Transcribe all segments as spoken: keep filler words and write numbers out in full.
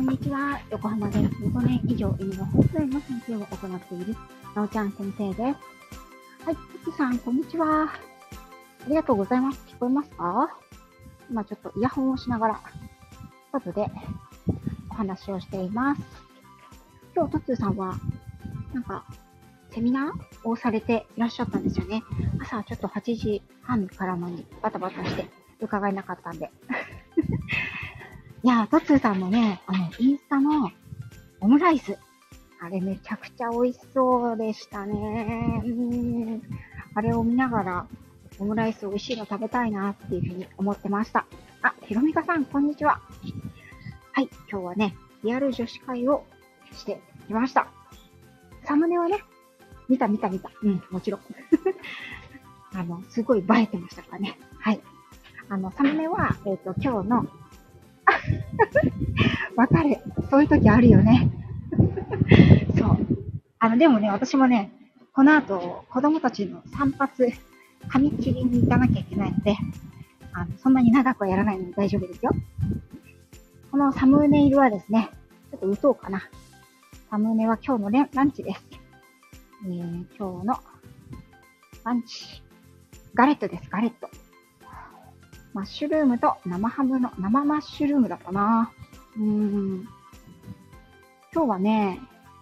んにちは。横浜でじゅうごねん以上犬の保育園の先生を行っているなおちゃん先生です。はい、つつさん、こんにちは。ありがとうございます。聞こえますか？今ちょっとイヤホンをしながら、外でお話をしています。今日、つつさんは、なんか、セミナーをされていらっしゃったんですよね。朝ちょっとはちじはんからのにバタバタして伺えなかったんで。いやー、トッツーさんのね、あの、インスタのオムライス。あれめちゃくちゃ美味しそうでしたね。うーん。あれを見ながら、オムライス美味しいの食べたいなっていうふうに思ってました。あ、ひろみかさん、こんにちは。はい、今日はね、リアル女子会をしてきました。サムネはね、見た見た見た。うん、もちろん。あの、すごい映えてましたからね。はい。あの、サムネは、えっと、今日の、わかる。そういう時あるよね。そう。あの、でもね、私もね、この後、子供たちの散髪、髪切りに行かなきゃいけないので、あの、そんなに長くはやらないので大丈夫ですよ。このサムネイルはですね、ちょっと打とうかな。サムネは今日のランチです。えー、今日のランチ。ガレットです、ガレット。マッシュルームと生ハムの、生マッシュルームだったな。うーん。今日はね、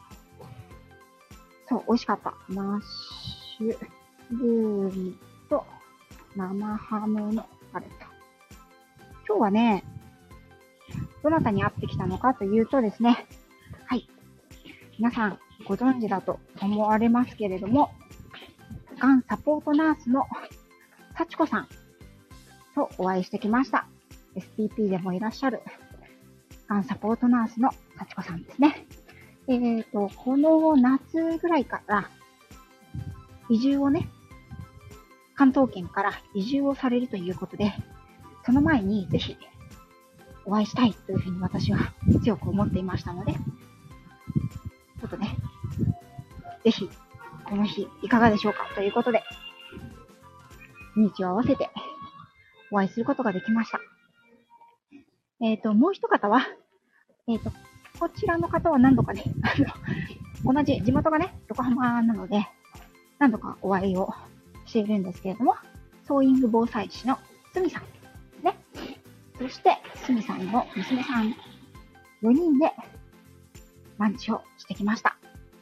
そう、美味しかった。マッシュルームと生ハムのガレット。今日はね、どなたに会ってきたのかというとですね、はい。皆さんご存知だと思われますけれども、がんサポートナースの幸子さんとお会いしてきました。エスピーピー でもいらっしゃる、がんサポートナースの幸子さんですね。えーと、この夏ぐらいから移住をね、関東圏から移住をされるということで、その前にぜひお会いしたいというふうに私は強く思っていましたので、ちょっとね、ぜひこの日いかがでしょうかということで、日を合わせてお会いすることができました。えっと、もう一方は、えっと、こちらの方は何度かね、あの、同じ地元がね、横浜なので、何度かお会いをしているんですけれども、ソーイング防災士のすみさんですね。そして、すみさんの娘さんよにんでランチをしてきました。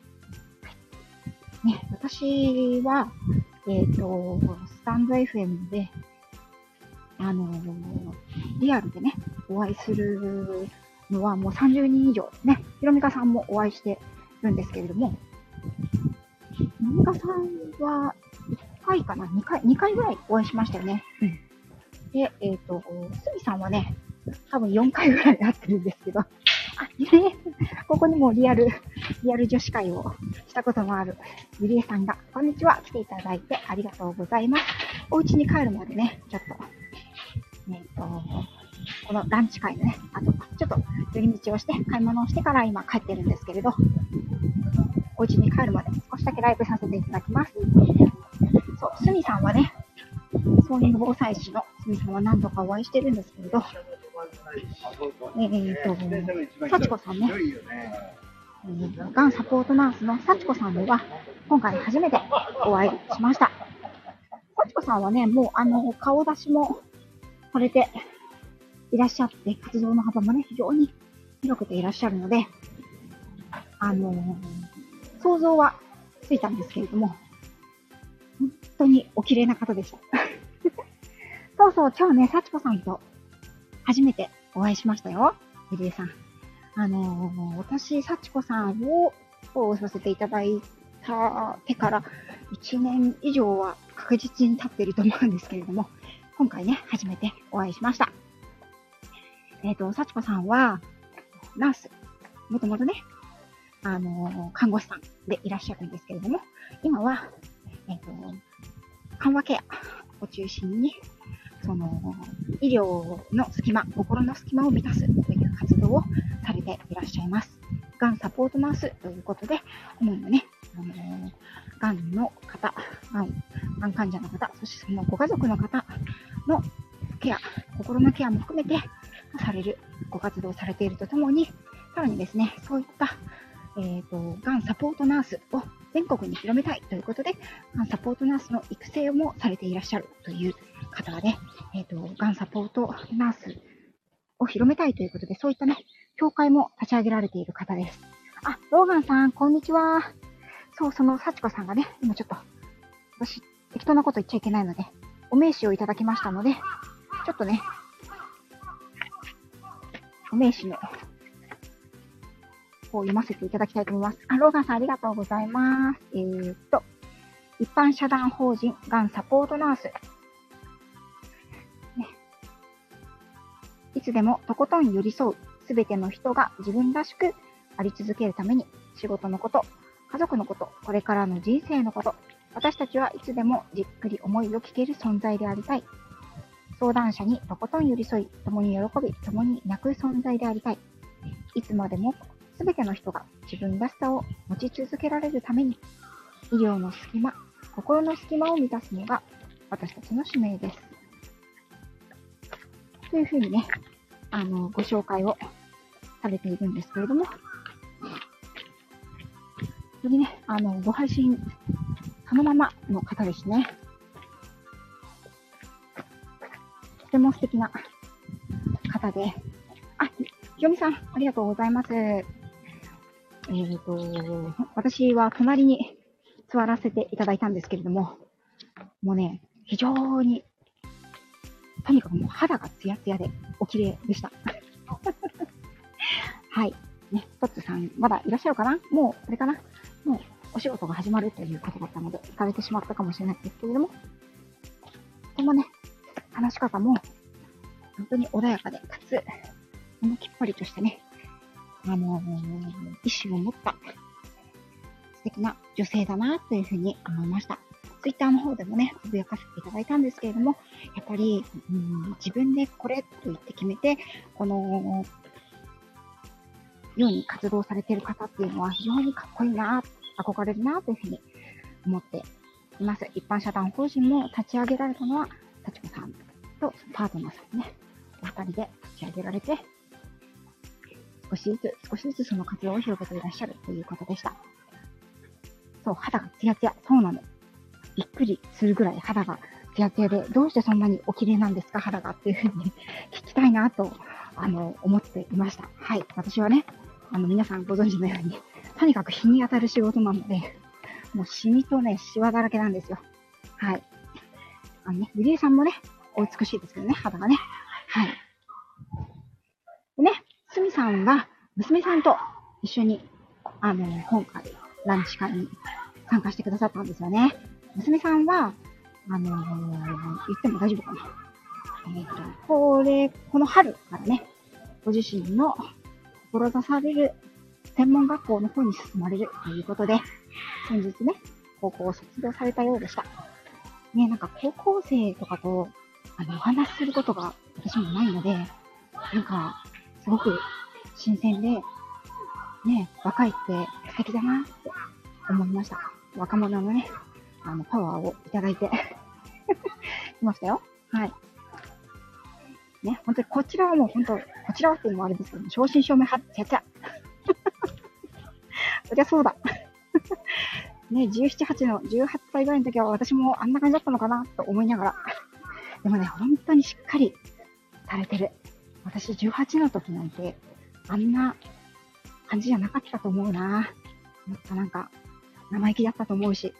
ね、私は、えっと、スタンド エフエム で、あのー、リアルでね、お会いするのはもうさんじゅうにん以上ね、ひろみかさんもお会いしてるんですけれども、ひろみかさんはいっかいかな、にかい、にかいぐらいお会いしましたよね。うん。で、えっと、すみさんはね、多分よんかいぐらい会ってるんですけど、あ、ね、ここにもリアル、リアル女子会をしたこともあるゆりえさんが、こんにちは、来ていただいてありがとうございます。お家に帰るまでね、ちょっと、えっと、このランチ会のね、あと、ちょっと寄り道をして、買い物をしてから今帰ってるんですけれど、お家に帰るまで少しだけライブさせていただきます。そう、すみさんはね、ソーイング防災士のすみさんは何度かお会いしてるんですけれど、えーと、幸子さんね、がんサポートナースの幸子さんには、今回初めてお会いしました。幸子さんはね、もうあの、顔出しもされていらっしゃって、活動の幅もね、非常に広くていらっしゃるので、あのー、想像はついたんですけれども、本当にお綺麗な方でした。そうそう、今日ね、幸子さんと初めてお会いしましたよ。ゆりえさん。あのー、私、幸子さんをフォローさせていただいたてからいちねん以上は確実に経っていると思うんですけれども、今回ね、初めてお会いしました。えっと、幸子さんは、ナース、もともとね、あのー、看護師さんでいらっしゃるんですけれども、今は、えっと、緩和ケアを中心に、その、医療の隙間、心の隙間を満たすという活動をされていらっしゃいます。がんサポートナースということで、主にね、あのー、がんの方、がん、がん患者の方、そしてそのご家族の方のケア、心のケアも含めてされるご活動をされているとともに、 さらにですね、そういった、えっと、がんサポートナースを全国に広めたいということで、がんサポートナースの育成もされていらっしゃるという方で、えっと、がんサポートナースを広めたいということで、そういったね、協会も立ち上げられている方です。あ、ローガンさん、こんにちは。そう、その幸子さんがね、今ちょっと、私、適当なこと言っちゃいけないので、お名刺をいただきましたので、ちょっとね、お名刺の方を読ませていただきたいと思います。あ、ローガンさんありがとうございます。えーっと、一般社団法人がんサポートナース。ね、いつでもとことん寄り添う、すべての人が自分らしくあり続けるために、仕事のこと、家族のこと、これからの人生のこと、私たちはいつでもじっくり思いを聞ける存在でありたい。相談者にとことん寄り添い、共に喜び、共に泣く存在でありたい。いつまでもすべての人が自分らしさを持ち続けられるために、医療の隙間、心の隙間を満たすのが私たちの使命です。というふうにね、あの、ご紹介をされているんですけれども、よりね、あの、ご配信そのままの方ですね。とても素敵な方で、あ、ひよみさん、ありがとうございます。えっと、私は隣に座らせていただいたんですけれども、もうね、非常に、とにかくもう肌がツヤツヤでお綺麗でした。はい。ね、トッツさん、まだいらっしゃるかな？もう、あれかな？もう、お仕事が始まるということだったので、行かれてしまったかもしれないですけれども、とてもね、話し方も、本当に穏やかで、かつ、このきっぱりとしたね、あのー、意志を持った素敵な女性だなというふうに思いました。ツイッターの方でもね、つぶやかせていただいたんですけれども、やっぱり、うん、自分でこれと言って決めて、このように活動されている方っていうのは非常にかっこいいな、憧れるなというふうに思っています。一般社団法人も立ち上げられたのは、幸子さんとパートナーさんね、お二人で立ち上げられて、少しずつ、少しずつその活動を広げていらっしゃるということでした。そう、肌がツヤツヤ。そうなの。びっくりするぐらい肌がツヤツヤで、どうしてそんなにお綺麗なんですか、肌がっていうふうに聞きたいなと、あの、思っていました。はい。私はね、あの、皆さんご存知のように、とにかく日に当たる仕事なので、もうシミとね、シワだらけなんですよ。はい。あのね、ゆりえさんもね、お美しいですけどね、肌がね。はい。でね、すみさんが娘さんと一緒に、あの、今回、ランチ会に参加してくださったんですよね。娘さんは、あのー、言っても大丈夫かな。えっと、これ、この春からね、ご自身の志される専門学校の方に進まれるということで、先日ね、高校を卒業されたようでした。ね、なんか高校生とかと、あの、お話しすることが私もないので、なんか、すごく新鮮で、ね、若いって素敵だなって思いました。若者のね、あの、パワーをいただいていましたよ。はい。ね、本当にこちらはもう本当、こちらはっていうのもあれですけども、正真正銘は、ちゃちゃ。そりゃそうだ。ね、じゅうなな、はちのじゅうはっさいぐらいの時は私もあんな感じだったのかなと思いながら。でもね、本当にしっかりされてる。私じゅうはちの時なんて、あんな感じじゃなかったと思うな。もっとなんか、生意気だったと思うし。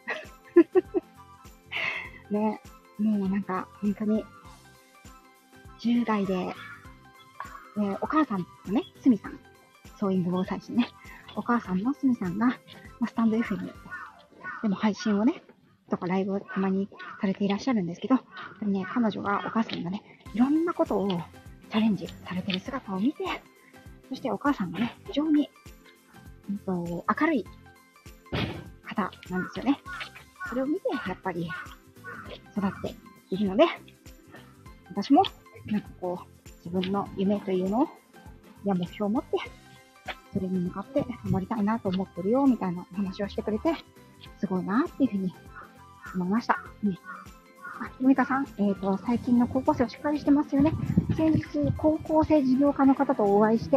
ね、もうなんか、本当に、じゅう代で、ね、お母さんのね、すみさん、ソーイング防災士ね、お母さんのすみさんが、まあ、スタンド エフエム でも配信をね、とかライブをたまにされていらっしゃるんですけど、でもね、彼女が、お母さんがね、いろんなことをチャレンジされてる姿を見て、そしてお母さんがね、非常に、うんと、明るい方なんですよね。それを見て、やっぱり育っているので、私も、なんかこう、自分の夢というのを、や目標を持って、それに向かって頑張りたいなと思ってるよ、みたいなお話をしてくれて、すごいなっていうふうに思いました。ね、あ、ゆみかさん、えっと、最近の高校生はしっかりしてますよね。先日、高校生事業家の方とお会いして、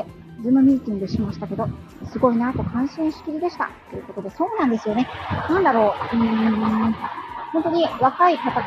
ズームミーティングしましたけど、すごいなと感心しきりでした。ということで、そうなんですよね。なんだろう、うーん、本当に若い方から、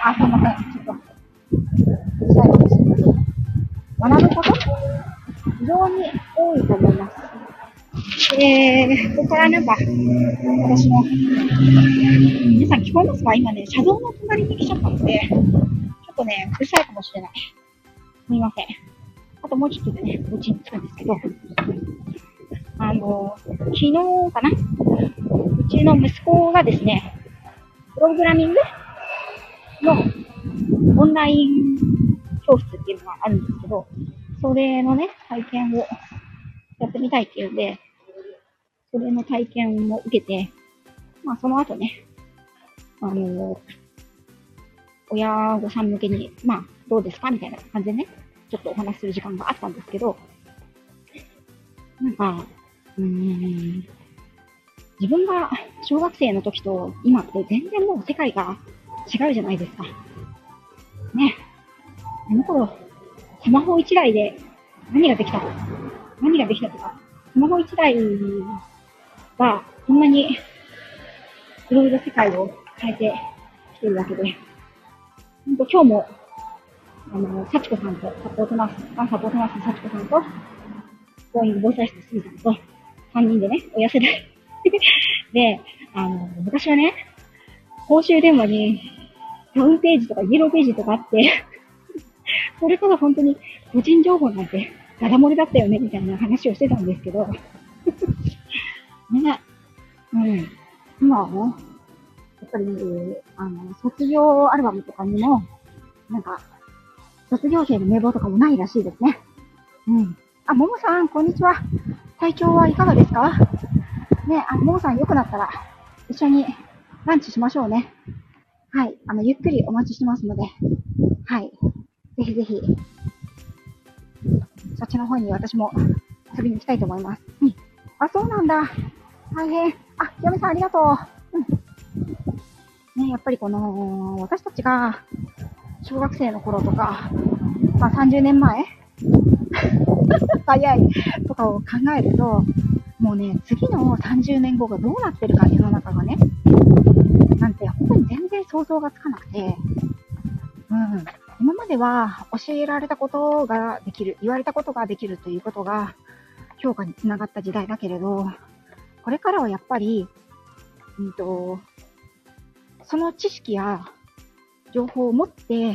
あ、すいません、ちょっと、うるさいかもしれません。学ぶこと非常に多いと思います。えー、ここからなんか、私の、皆さん聞こえますか？今ね、車道の隣に来ちゃったので、ちょっとね、うるさいかもしれない。すみません。あともうちょっとでね、うちに着くんですけど、あの、昨日かな、うちの息子がですね、プログラミングのオンライン教室っていうのがあるんですけど、それのね、体験をやってみたいっていうんで、それの体験を受けて、まあその後ね、あの、親御さん向けに、まあどうですかみたいな感じでね、ちょっとお話しする時間があったんですけど、なんか、うーん、自分が小学生の時と今って全然もう世界が違うじゃないですか。ね。あの頃、スマホ一台で何ができた何ができたとか、スマホ一台がこんなにいろいろ世界を変えてきてるわけで、ほんと今日も、あの、幸子さんとサポートナース、サポートナースの幸子さんと、教員防災士のすずさんと、さんにんでね、親世代で、あの、昔はね、公衆電話に、ダウンページとかイエローページとかあってそれから本当に個人情報なんてダダ漏れだったよね、みたいな話をしてたんですけどね、うん。今はね、やっぱり、あの、卒業アルバムとかにも、なんか、卒業生の名簿とかもないらしいですね。うん。あ、ももさん、こんにちは。体調はいかがですか？ね、あ、ももさん良くなったら、一緒にランチしましょうね。はい。あの、ゆっくりお待ちしてますので、はい。ぜひぜひ、そっちの方に私も遊びに行きたいと思います。うん。あ、そうなんだ。大変。あ、ひよみさんありがとう。うん。ね、やっぱりこの、私たちが、小学生の頃とか、まあさんじゅうねんまえ早いとかを考えると、もうね、次のさんじゅうねんごがどうなってるか、世の中がね、なんて本当に全然想像がつかなくて、うん。今までは教えられたことができる、言われたことができるということが評価につながった時代だけれど、これからはやっぱり、うんと、その知識や情報を持って、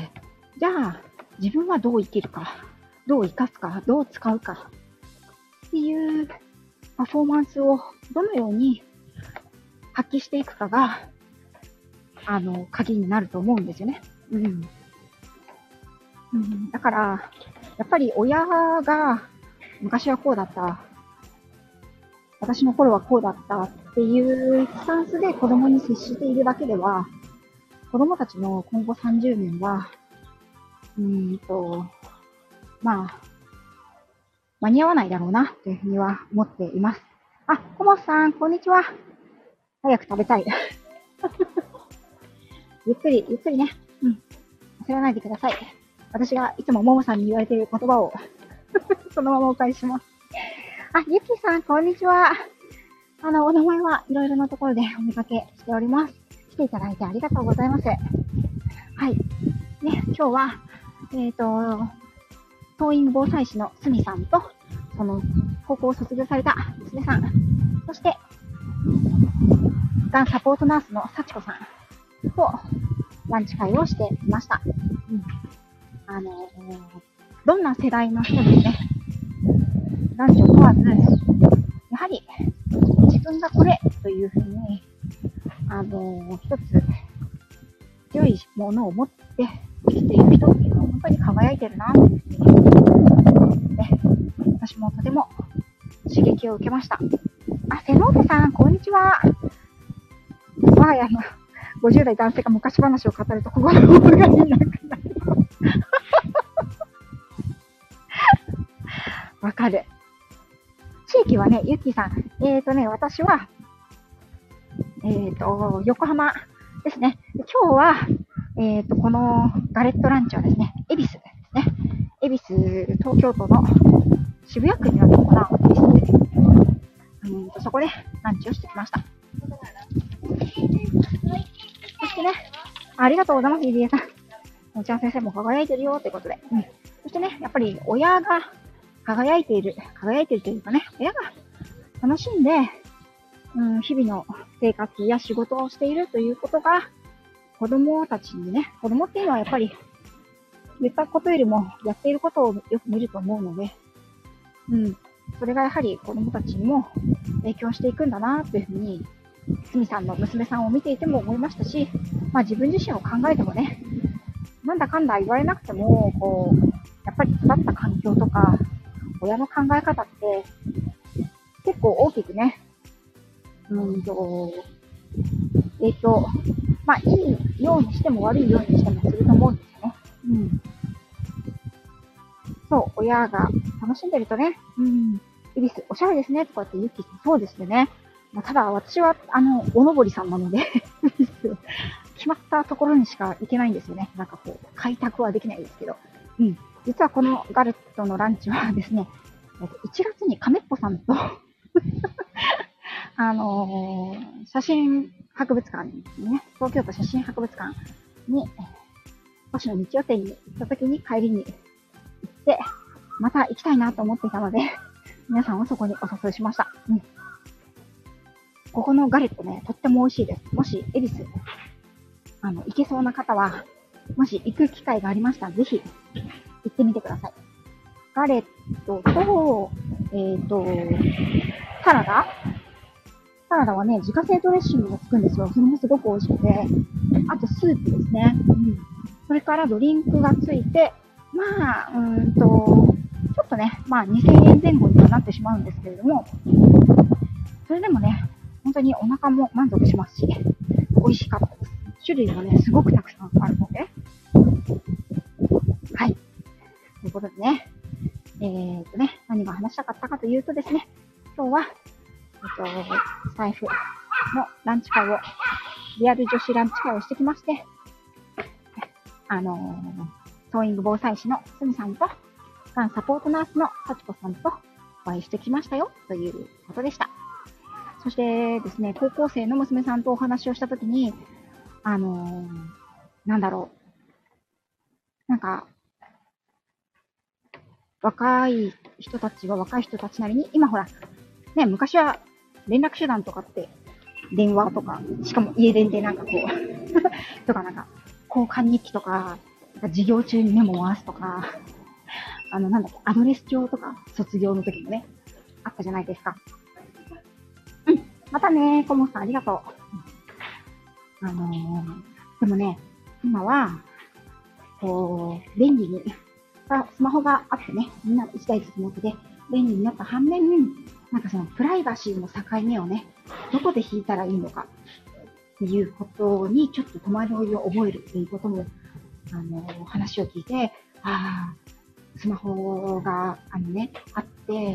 じゃあ自分はどう生きるか、どう生かすか、どう使うかっていうパフォーマンスをどのように発揮していくかが、あの、鍵になると思うんですよね。うん。うん、だから、やっぱり親が昔はこうだった、私の頃はこうだったっていうスタンスで子供に接しているだけでは、子供たちの今後さんじゅうねんは、うーんと、まあ、間に合わないだろうな、というふうには思っています。あ、コモさん、こんにちは。早く食べたい。ゆっくり、ゆっくりね。うん。焦らないでください。私がいつもももさんに言われている言葉をそのままお返しします。あ、ゆきさん、こんにちは。あの、お名前はいろいろなところでお見かけしております。来ていただいてありがとうございます。はい。ね、今日は、えっと、当院防災士のすみさんと、その、高校を卒業された娘さん、そして、がんサポートナースの幸子さんと、ランチ会をしていました。うん。あの、どんな世代の人でもね、男女問わず、やはり、自分がこれというふうに、あの、一つ、強いものを持って生きている人っていうのは本当に輝いてるなというふうに思って、私もとても刺激を受けました。あ、瀬能手さん、こんにちは。我が家のごじゅう代男性が昔話を語ると心がになくなる。わかる。地域はね、ゆっきーさん、えーとね、私は、えーと、横浜ですね。今日は、えーと、このガレットランチはですね、恵比寿ですね。 恵比寿、東京都の渋谷区になるのかな、恵比寿で。うんと、そこでランチをしてきました。そしてね、ありがとうございます、入江さん。お茶先生も輝いてるよということで。うん。そしてね、やっぱり親が輝いている、輝いているというかね、親が楽しんで、うん、日々の生活や仕事をしているということが、子供たちにね、子供っていうのはやっぱり言ったことよりもやっていることをよく見ると思うので、うん、それがやはり子供たちにも影響していくんだなというふうに、すみさんの娘さんを見ていても思いましたし、まあ自分自身を考えてもね、なんだかんだ言われなくても、こう、やっぱり育った環境とか、親の考え方って結構大きくね、うんと、影響、まあいいようにしても悪いようにしてもすると思うんですよね。うん。そう、親が楽しんでるとね、うん、恵比寿おしゃれですねとかって言ってそうですよね。まあ、ただ私は、あの、おのぼりさんなので決まったところにしか行けないんですよね。なんかこう、開拓はできないですけど。うん。実はこのガレットのランチはですね、いちがつに亀っぽさんとあのー、写真博物館にね、東京都写真博物館に、星野道予定に行った時に帰りに行って、また行きたいなと思っていたので、皆さんをそこにお誘いしました。うん。ここのガレットね、とっても美味しいです。もし、恵比寿、あの、行けそうな方は、もし行く機会がありましたら、ぜひ、行ってみてください。ガレットと、えっと、サラダサラダはね、自家製ドレッシングがつくんですよ。それもすごく美味しくて。あと、スープですね。うん。それからドリンクがついて、まあ、うーんと、ちょっとね、まあにせんえんぜん後にはなってしまうんですけれども、それでもね、本当にお腹も満足しますし、美味しかったです。種類もね、すごくたくさんあるので。はい。ということでね、えーとね、何が話したかったかというとですね、今日は、えっと、スタイフのランチ会を、リアル女子ランチ会をしてきまして、あのー、トーイング防災士のすみさんと、がんサポートナースのさちこさんとお会いしてきましたよ、ということでした。そしてですね、高校生の娘さんとお話をしたときに、あのー、なんだろう。なんか、若い人たちは若い人たちなりに、今ほら、ね、昔は連絡手段とかって、電話とか、しかも家電でなんかこう、とかなんか、交換日記とか、授業中にメモを回すとか、あの、なんだっけ、アドレス帳とか、卒業の時もね、あったじゃないですか。うん。またね、コモさんありがとう。あのー、でもね、今は、こう、便利に、スマホがあってね、みんな一台ずつ持ってて、便利になった反面、なんかそのプライバシーの境目をね、どこで引いたらいいのかっていうことにちょっと戸惑いを覚えるっていうことも、あの、話を聞いて、ああ、スマホが、あのね、あって、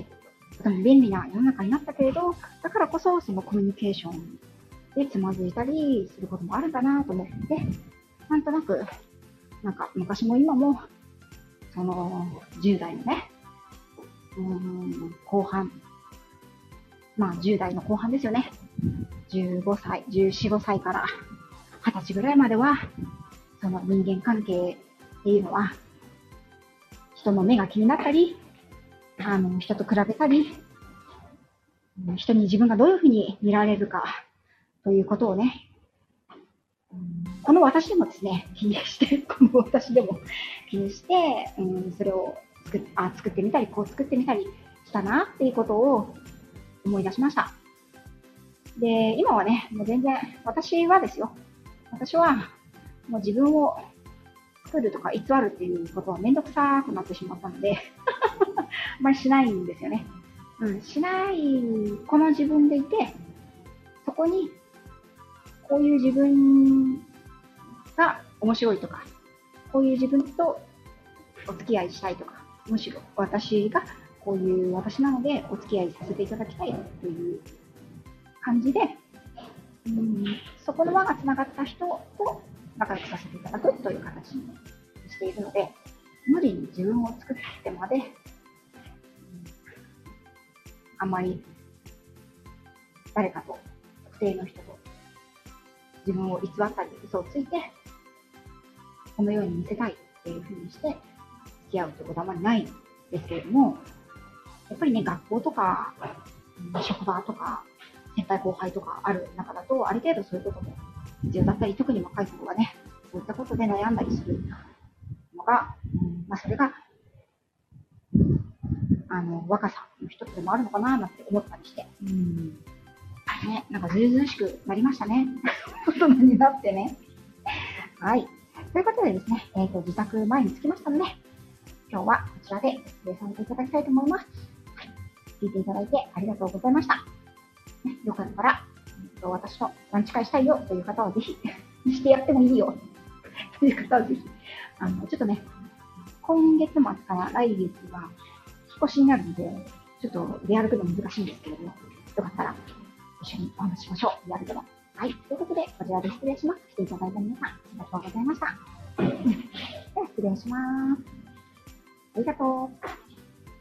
とても便利な世の中になったけれど、だからこそそのコミュニケーションでつまずいたりすることもあるんだなと思って、なんとなく、なんか昔も今も、そのじゅう代のね、うーん、後半、まあじゅう代の後半ですよね。じゅうごさい、じゅうよん、ごさいからはたちぐらいまでは、その人間関係っていうのは、人の目が気になったり、あの、人と比べたり、人に自分がどういうふうに見られるかということをね、この私でもですね、気にして、この私でも気にして、うん、それを作っあ作ってみたり、こう作ってみたりしたなっていうことを思い出しました。で、今はね、もう全然、私はですよ、私はもう自分を作るとか偽るっていうことはめんどくさくなってしまったので、あまりしないんですよね。うん、しない、この自分でいて、そこに、こういう自分が面白いとか、こういう自分とお付き合いしたいとか、むしろ私がこういう私なのでお付き合いさせていただきたいという感じで、うん、そこの輪がつながった人と仲良くさせていただくという形にしているので、 無理に自分を作ってまで、うん、あんまり誰かと、特定の人と自分を偽ったり嘘をついて、このように見せたいっていうふうにして付き合うってことはあまりないんですけれども、やっぱりね、学校とか、うん、職場とか、先輩後輩とかある中だと、ある程度そういうことも必要だったり、特に若い子がね、そういったことで悩んだりするのが、うん、まあそれが、あの、若さの一つでもあるのかななんて思ったりして、うん、ね、なんかずうずうしくなりましたね。大人になってね。はい。ということでですね、えっ、ー、と、自宅前に着きましたので、今日はこちらで失礼させていただきたいと思います。はい。聞いていただいてありがとうございました。ね、よかったら、えーと、私とランチ会したいよという方はぜひ、してやってもいいよという方はぜひ、あの、ちょっとね、今月末から来月は引っ越しになるので、ちょっと出歩くの難しいんですけれども、よかったら一緒にお話ししましょう。やるけど。はい。ということで、こちらで失礼します。来ていただいた皆さん、ありがとうございました。では、失礼します。ありがとう。